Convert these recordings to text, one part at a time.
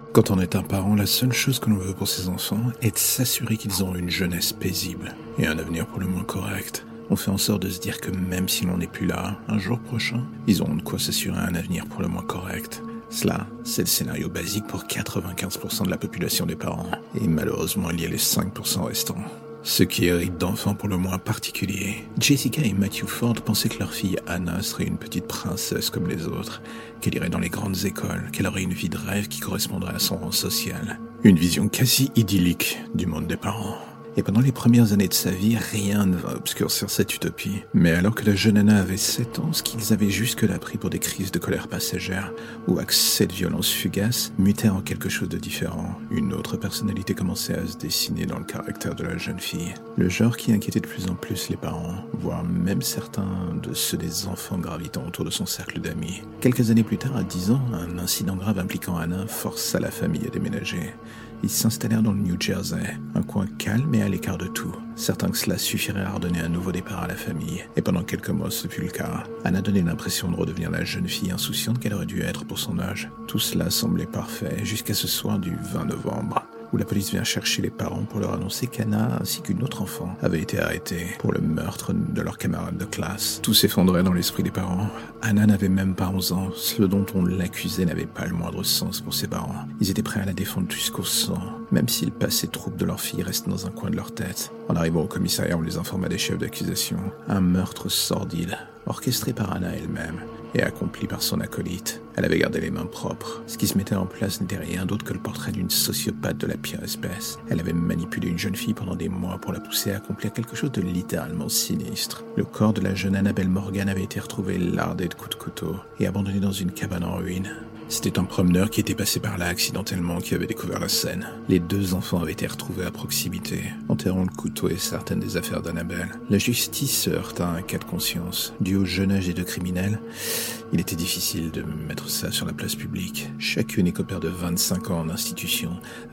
Quand on est un parent, la seule chose que l'on veut pour ses enfants est de s'assurer qu'ils auront une jeunesse paisible et un avenir pour le moins correct. On fait en sorte de se dire que même si l'on n'est plus là, un jour prochain, ils auront de quoi s'assurer un avenir pour le moins correct. Cela, c'est le scénario basique pour 95% de la population des parents. Et malheureusement, il y a les 5% restants. Ceux qui héritent d'enfants pour le moins particuliers. Jessica et Matthew Ford pensaient que leur fille Anna serait une petite princesse comme les autres, qu'elle irait dans les grandes écoles, qu'elle aurait une vie de rêve qui correspondrait à son rang social. Une vision quasi idyllique du monde des parents. Et pendant les premières années de sa vie, rien ne va obscurcir cette utopie. Mais alors que la jeune Anna avait 7 ans, ce qu'ils avaient jusque-là pris pour des crises de colère passagère ou accès de violence fugace mutait en quelque chose de différent. Une autre personnalité commençait à se dessiner dans le caractère de la jeune fille. Le genre qui inquiétait de plus en plus les parents, voire même certains de ceux des enfants gravitant autour de son cercle d'amis. Quelques années plus tard, à 10 ans, un incident grave impliquant Anna força la famille à déménager. Ils s'installèrent dans le New Jersey, un coin calme et à l'écart de tout, certains que cela suffirait à redonner un nouveau départ à la famille. Et pendant quelques mois, ce fut le cas. Anna donnait l'impression de redevenir la jeune fille insouciante qu'elle aurait dû être pour son âge. Tout cela semblait parfait jusqu'à ce soir du 20 novembre, où la police vient chercher les parents pour leur annoncer qu'Anna ainsi qu'une autre enfant avaient été arrêtés pour le meurtre de leur camarade de classe. Tout s'effondrait dans l'esprit des parents. Anna n'avait même pas 11 ans. Ce dont on l'accusait n'avait pas le moindre sens pour ses parents. Ils étaient prêts à la défendre jusqu'au sang, même si le passé trouble de leur fille restait dans un coin de leur tête. En arrivant au commissariat, on les informa des chefs d'accusation. Un meurtre sordide, orchestré par Anna elle-même et accompli par son acolyte. Elle avait gardé les mains propres. Ce qui se mettait en place n'était rien d'autre que le portrait d'une sociopathe de la pire espèce. Elle avait manipulé une jeune fille pendant des mois pour la pousser à accomplir quelque chose de littéralement sinistre. Le corps de la jeune Annabelle Morgan avait été retrouvé lardé de coups de couteau et abandonné dans une cabane en ruine. C'était un promeneur qui était passé par là accidentellement qui avait découvert la scène. Les 2 enfants avaient été retrouvés à proximité, enterrant le couteau et certaines des affaires d'Annabelle. La justice se heurta à un cas de conscience. Dû au jeune âge des 2 criminels, il était difficile de mettre ça sur la place publique. Chacune écopèrent de 25 ans en institution,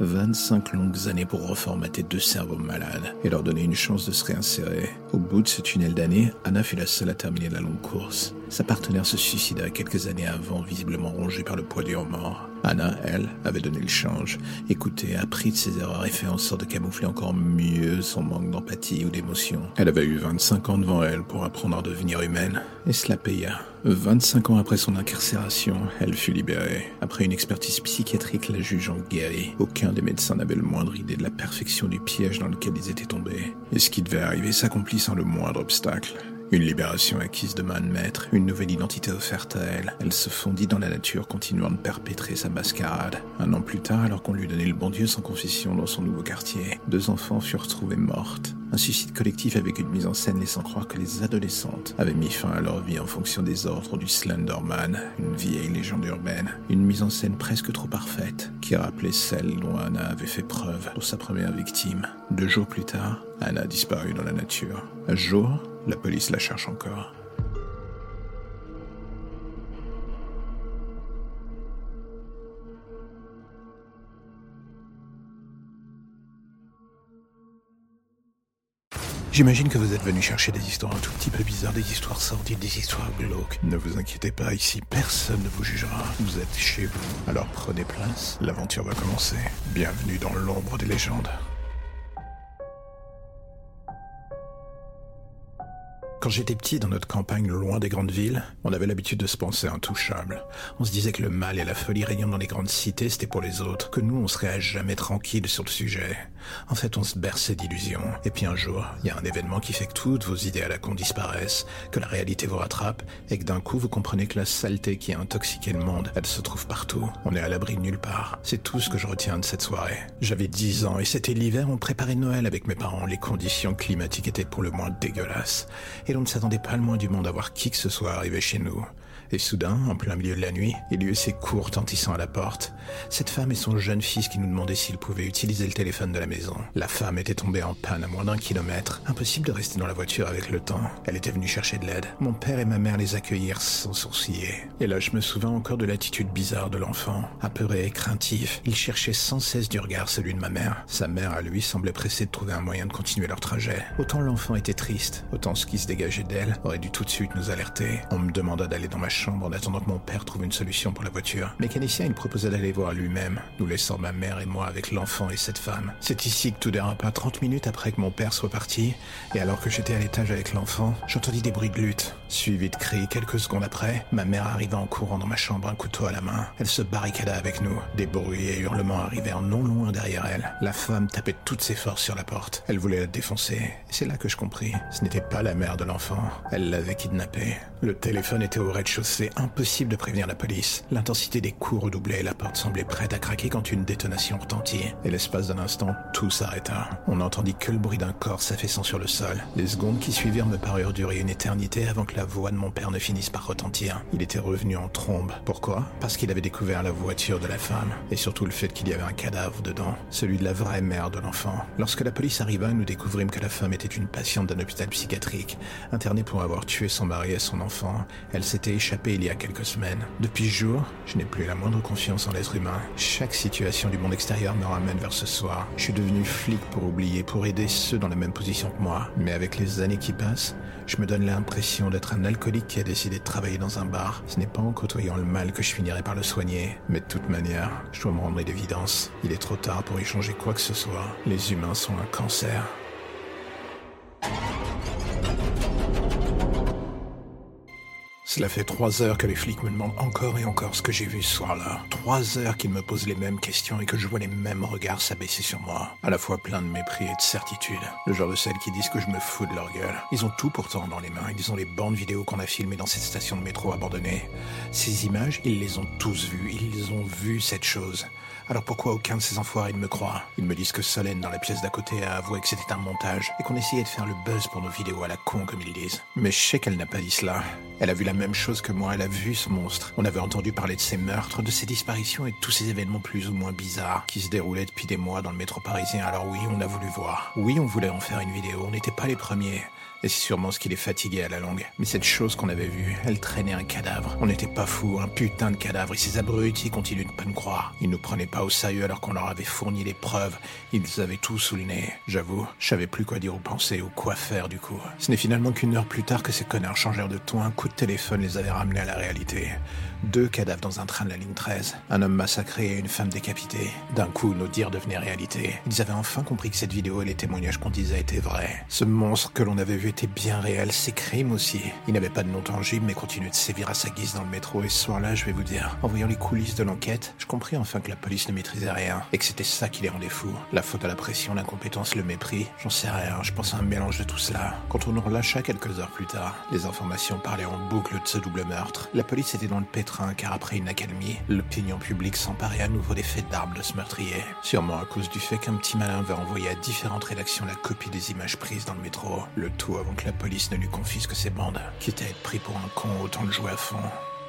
25 longues années pour reformater 2 cerveaux malades et leur donner une chance de se réinsérer. Au bout de ce tunnel d'années, Anna fut la seule à terminer la longue course. Sa partenaire se suicida quelques années avant, visiblement rongée par le poids du remords. Anna, elle, avait donné le change, écouté, appris de ses erreurs et fait en sorte de camoufler encore mieux son manque d'empathie ou d'émotion. Elle avait eu 25 ans devant elle pour apprendre à devenir humaine, et cela paya. 25 ans après son incarcération, elle fut libérée. Après une expertise psychiatrique la jugeant guérie, aucun des médecins n'avait le moindre idée de la perfection du piège dans lequel ils étaient tombés. Et ce qui devait arriver s'accomplit sans le moindre obstacle. Une libération acquise de main de maître, une nouvelle identité offerte à elle. Elle se fondit dans la nature, continuant de perpétrer sa mascarade. 1 an plus tard, alors qu'on lui donnait le bon Dieu sans confession dans son nouveau quartier, 2 enfants furent retrouvés mortes. Un suicide collectif avec une mise en scène laissant croire que les adolescentes avaient mis fin à leur vie en fonction des ordres du Slenderman, une vieille légende urbaine. Une mise en scène presque trop parfaite, qui rappelait celle dont Anna avait fait preuve pour sa première victime. 2 jours plus tard, Anna a disparu dans la nature. À ce jour, la police la cherche encore. J'imagine que vous êtes venu chercher des histoires un tout petit peu bizarres, des histoires sordides, des histoires glauques. Ne vous inquiétez pas, ici personne ne vous jugera. Vous êtes chez vous. Alors prenez place, l'aventure va commencer. Bienvenue dans l'ombre des légendes. Quand j'étais petit dans notre campagne loin des grandes villes, on avait l'habitude de se penser intouchable. On se disait que le mal et la folie régnant dans les grandes cités, c'était pour les autres, que nous on serait à jamais tranquilles sur le sujet. En fait, on se berçait d'illusions. Et puis un jour, il y a un événement qui fait que toutes vos idées à la con disparaissent, que la réalité vous rattrape, et que d'un coup vous comprenez que la saleté qui a intoxiqué le monde, elle se trouve partout. On est à l'abri de nulle part. C'est tout ce que je retiens de cette soirée. J'avais 10 ans et c'était l'hiver, on préparait Noël avec mes parents. Les conditions climatiques étaient pour le moins dégueulasses. Et on ne s'attendait pas le moins du monde à voir qui que ce soit arriver chez nous. Et soudain, en plein milieu de la nuit, il y eut ces coups retentissant à la porte. Cette femme et son jeune fils qui nous demandaient s'ils pouvaient utiliser le téléphone de la maison. La femme était tombée en panne à moins d'1 kilomètre. Impossible de rester dans la voiture avec le temps. Elle était venue chercher de l'aide. Mon père et ma mère les accueillirent sans sourciller. Et là, je me souviens encore de l'attitude bizarre de l'enfant. Apeuré, craintif, il cherchait sans cesse du regard celui de ma mère. Sa mère, à lui, semblait pressée de trouver un moyen de continuer leur trajet. Autant l'enfant était triste, autant ce qui se dégageait dégagé d'elle aurait dû tout de suite nous alerter. On me demanda d'aller dans ma chambre en attendant que mon père trouve une solution pour la voiture. Le mécanicien, il proposait d'aller voir lui-même, nous laissant ma mère et moi avec l'enfant et cette femme. C'est ici que tout dérapa. 30 minutes après que mon père soit parti, et alors que j'étais à l'étage avec l'enfant, j'entendis des bruits de lutte, suivis de cris. Quelques secondes après, ma mère arriva en courant dans ma chambre, un couteau à la main. Elle se barricada avec nous. Des bruits et hurlements arrivèrent non loin derrière elle. La femme tapait de toutes ses forces sur la porte. Elle voulait la défoncer. Et c'est là que je compris. Ce n'était pas la mère de l'enfant. Elle l'avait kidnappé. Le téléphone était au rez-de-chaussée. Impossible de prévenir la police. L'intensité des coups redoublait et la porte semblait prête à craquer quand une détonation retentit. Et l'espace d'un instant, tout s'arrêta. On n'entendit que le bruit d'un corps s'affaissant sur le sol. Les secondes qui suivirent me parurent durer une éternité avant que la voix de mon père ne finisse par retentir. Il était revenu en trombe. Pourquoi ? Parce qu'il avait découvert la voiture de la femme. Et surtout le fait qu'il y avait un cadavre dedans. Celui de la vraie mère de l'enfant. Lorsque la police arriva, nous découvrîmes que la femme était une patiente d'un hôpital psychiatrique, internée pour avoir tué son mari et son enfant. Elle s'était échappée il y a quelques semaines. Depuis ce jour, je n'ai plus la moindre confiance en l'être humain. Chaque situation du monde extérieur me ramène vers ce soir. Je suis devenu flic pour oublier, pour aider ceux dans la même position que moi. Mais avec les années qui passent, je me donne l'impression d'être un alcoolique qui a décidé de travailler dans un bar. Ce n'est pas en côtoyant le mal que je finirai par le soigner. Mais de toute manière, je dois me rendre à l'évidence. Il est trop tard pour y changer quoi que ce soit. Les humains sont un cancer. Cela fait 3 heures que les flics me demandent encore et encore ce que j'ai vu ce soir-là. 3 heures qu'ils me posent les mêmes questions et que je vois les mêmes regards s'abaisser sur moi. À la fois plein de mépris et de certitude. Le genre de celles qui disent que je me fous de leur gueule. Ils ont tout pourtant dans les mains. Ils ont les bandes vidéo qu'on a filmées dans cette station de métro abandonnée. Ces images, ils les ont tous vues. Ils ont vu cette chose. Alors pourquoi aucun de ces enfoirés ne me croit ? Ils me disent que Solène, dans la pièce d'à côté, a avoué que c'était un montage et qu'on essayait de faire le buzz pour nos vidéos à la con, comme ils disent. Mais je sais qu'elle n'a pas dit cela. Elle a vu la même chose que moi, elle a vu ce monstre. On avait entendu parler de ces meurtres, de ces disparitions et de tous ces événements plus ou moins bizarres qui se déroulaient depuis des mois dans le métro parisien. Alors oui, on a voulu voir. Oui, on voulait en faire une vidéo, on n'était pas les premiers. Et c'est sûrement ce qui les fatiguait à la longue. Mais cette chose qu'on avait vue, elle traînait un cadavre. On n'était pas fous, un putain de cadavre. Et ces abrutis continuent de pas nous croire. Ils nous prenaient pas au sérieux alors qu'on leur avait fourni les preuves. Ils avaient tout sous le nez. J'avoue, je savais plus quoi dire ou penser ou quoi faire du coup. Ce n'est finalement qu'une heure plus tard que ces connards changèrent de ton. Un coup de téléphone les avait ramenés à la réalité. 2 cadavres dans un train de la ligne 13. Un homme massacré et une femme décapitée. D'un coup, nos dires devenaient réalité. Ils avaient enfin compris que cette vidéo et les témoignages qu'on disait étaient vrais. Ce monstre que l'on avait vu était bien réel, ses crimes aussi. Il n'avait pas de nom tangible mais continuait de sévir à sa guise dans le métro. Et ce soir-là, je vais vous dire, en voyant les coulisses de l'enquête, je compris enfin que la police ne maîtrisait rien et que c'était ça qui les rendait fous. La faute à la pression, l'incompétence, le mépris, j'en sais rien, je pense à un mélange de tout cela. Quand on nous relâcha quelques heures plus tard, les informations parlaient en boucle de ce double meurtre. La police était dans le pétrin car après une accalmie, l'opinion publique s'emparait à nouveau des faits d'armes de ce meurtrier. Sûrement à cause du fait qu'un petit malin avait envoyé à différentes rédactions la copie des images prises dans le métro. Le tout avant que la police ne lui confisque ses bandes, quitte à être pris pour un con, autant le jouer à fond.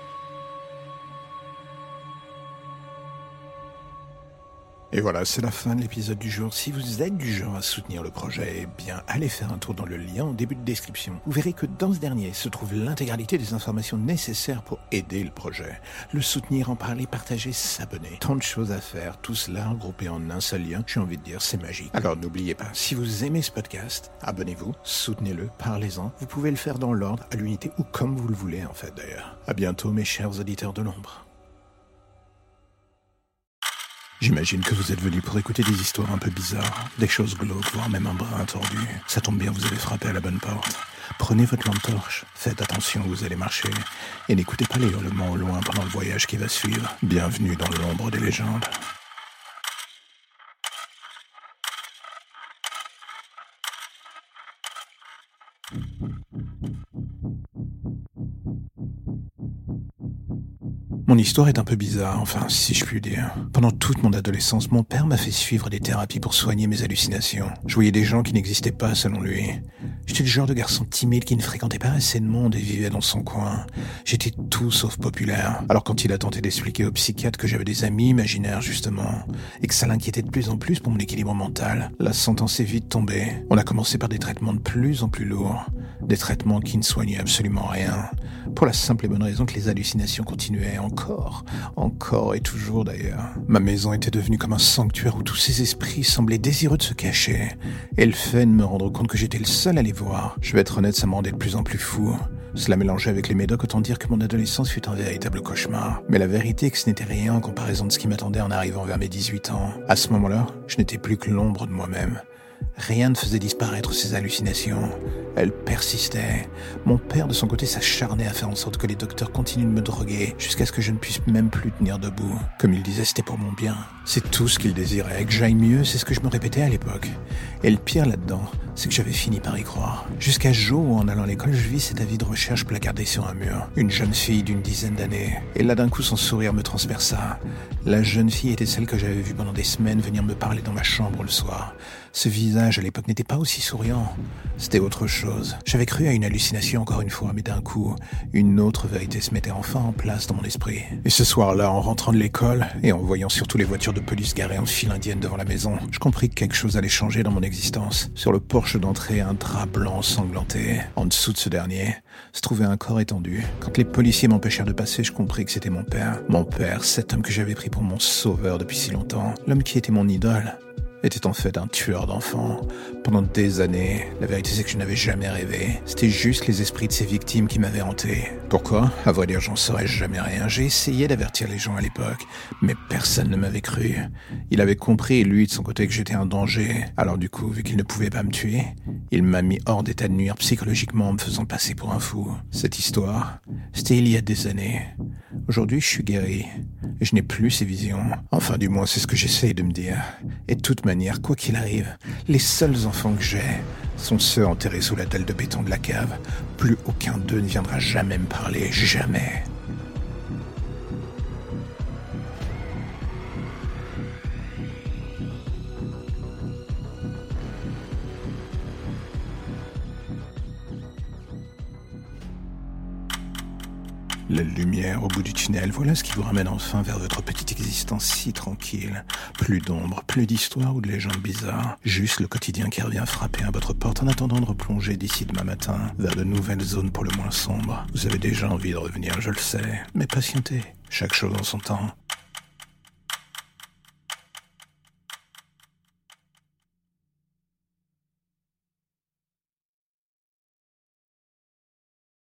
Et voilà, c'est la fin de l'épisode du jour. Si vous êtes du genre à soutenir le projet, eh bien, allez faire un tour dans le lien en début de description. Vous verrez que dans ce dernier se trouve l'intégralité des informations nécessaires pour aider le projet. Le soutenir, en parler, partager, s'abonner. Tant de choses à faire, tout cela regroupé en un seul lien. J'ai envie de dire, c'est magique. Alors n'oubliez pas, si vous aimez ce podcast, abonnez-vous, soutenez-le, parlez-en. Vous pouvez le faire dans l'ordre, à l'unité ou comme vous le voulez en fait d'ailleurs. À bientôt mes chers auditeurs de l'ombre. J'imagine que vous êtes venus pour écouter des histoires un peu bizarres, des choses glauques, voire même un brin tordu. Ça tombe bien, vous avez frappé à la bonne porte. Prenez votre lampe torche, faites attention où vous allez marcher, et n'écoutez pas les hurlements au loin pendant le voyage qui va suivre. Bienvenue dans l'ombre des légendes. Mon histoire est un peu bizarre, enfin, si je puis dire. Pendant toute mon adolescence, mon père m'a fait suivre des thérapies pour soigner mes hallucinations. Je voyais des gens qui n'existaient pas, selon lui. J'étais le genre de garçon timide qui ne fréquentait pas assez de monde et vivait dans son coin. J'étais tout sauf populaire. Alors quand il a tenté d'expliquer au psychiatre que j'avais des amis imaginaires, justement, et que ça l'inquiétait de plus en plus pour mon équilibre mental, la sentence est vite tombée. On a commencé par des traitements de plus en plus lourds. Des traitements qui ne soignaient absolument rien. Pour la simple et bonne raison que les hallucinations continuaient encore et toujours d'ailleurs. Ma maison était devenue comme un sanctuaire où tous ces esprits semblaient désireux de se cacher. Et le fait de me rendre compte que j'étais le seul à les voir. Je vais être honnête, ça me rendait de plus en plus fou. Cela mélangé avec les médocs, autant dire que mon adolescence fut un véritable cauchemar. Mais la vérité est que ce n'était rien en comparaison de ce qui m'attendait en arrivant vers mes 18 ans. À ce moment-là, je n'étais plus que l'ombre de moi-même. Rien ne faisait disparaître ces hallucinations. Elles persistaient. Mon père, de son côté, s'acharnait à faire en sorte que les docteurs continuent de me droguer jusqu'à ce que je ne puisse même plus tenir debout. Comme il disait, c'était pour mon bien. C'est tout ce qu'il désirait. Que j'aille mieux, c'est ce que je me répétais à l'époque. Et le pire là-dedans, c'est que j'avais fini par y croire. Jusqu'à ce jour où, en allant à l'école, je vis cet avis de recherche placardé sur un mur. Une jeune fille d'une dizaine d'années. Et là, d'un coup, son sourire me transperça. La jeune fille était celle que j'avais vue pendant des semaines venir me parler dans ma chambre le soir. Ce visage, à l'époque, n'était pas aussi souriant. C'était autre chose. J'avais cru à une hallucination encore une fois, mais d'un coup, une autre vérité se mettait enfin en place dans mon esprit. Et ce soir-là, en rentrant de l'école, et en voyant surtout les voitures de police garées en file indienne devant la maison, je compris que quelque chose allait changer dans mon existence. Sur le porche d'entrée, un drap blanc ensanglanté. En dessous de ce dernier, se trouvait un corps étendu. Quand les policiers m'empêchèrent de passer, je compris que c'était mon père. Mon père, cet homme que j'avais pris pour mon sauveur depuis si longtemps. L'homme qui était mon idole. Était en fait un tueur d'enfants. Pendant des années, la vérité c'est que je n'avais jamais rêvé. C'était juste les esprits de ses victimes qui m'avaient hanté. Pourquoi ? À vrai dire, j'en saurais jamais rien. J'ai essayé d'avertir les gens à l'époque, mais personne ne m'avait cru. Il avait compris, lui, de son côté, que j'étais un danger. Alors du coup, vu qu'il ne pouvait pas me tuer, il m'a mis hors d'état de nuire psychologiquement en me faisant passer pour un fou. Cette histoire, c'était il y a des années. Aujourd'hui, je suis guéri. Et je n'ai plus ces visions. Enfin, du moins, c'est ce que j'essaye de me dire. Et de toute manière, quoi qu'il arrive, les seuls enfants que j'ai sont ceux enterrés sous la dalle de béton de la cave. Plus aucun d'eux ne viendra jamais me parler. Jamais. La lumière au bout du tunnel, voilà ce qui vous ramène enfin vers votre petite existence si tranquille. Plus d'ombre, plus d'histoires ou de légendes bizarres. Juste le quotidien qui revient frapper à votre porte en attendant de replonger d'ici demain matin vers de nouvelles zones pour le moins sombres. Vous avez déjà envie de revenir, je le sais, mais patientez, chaque chose en son temps.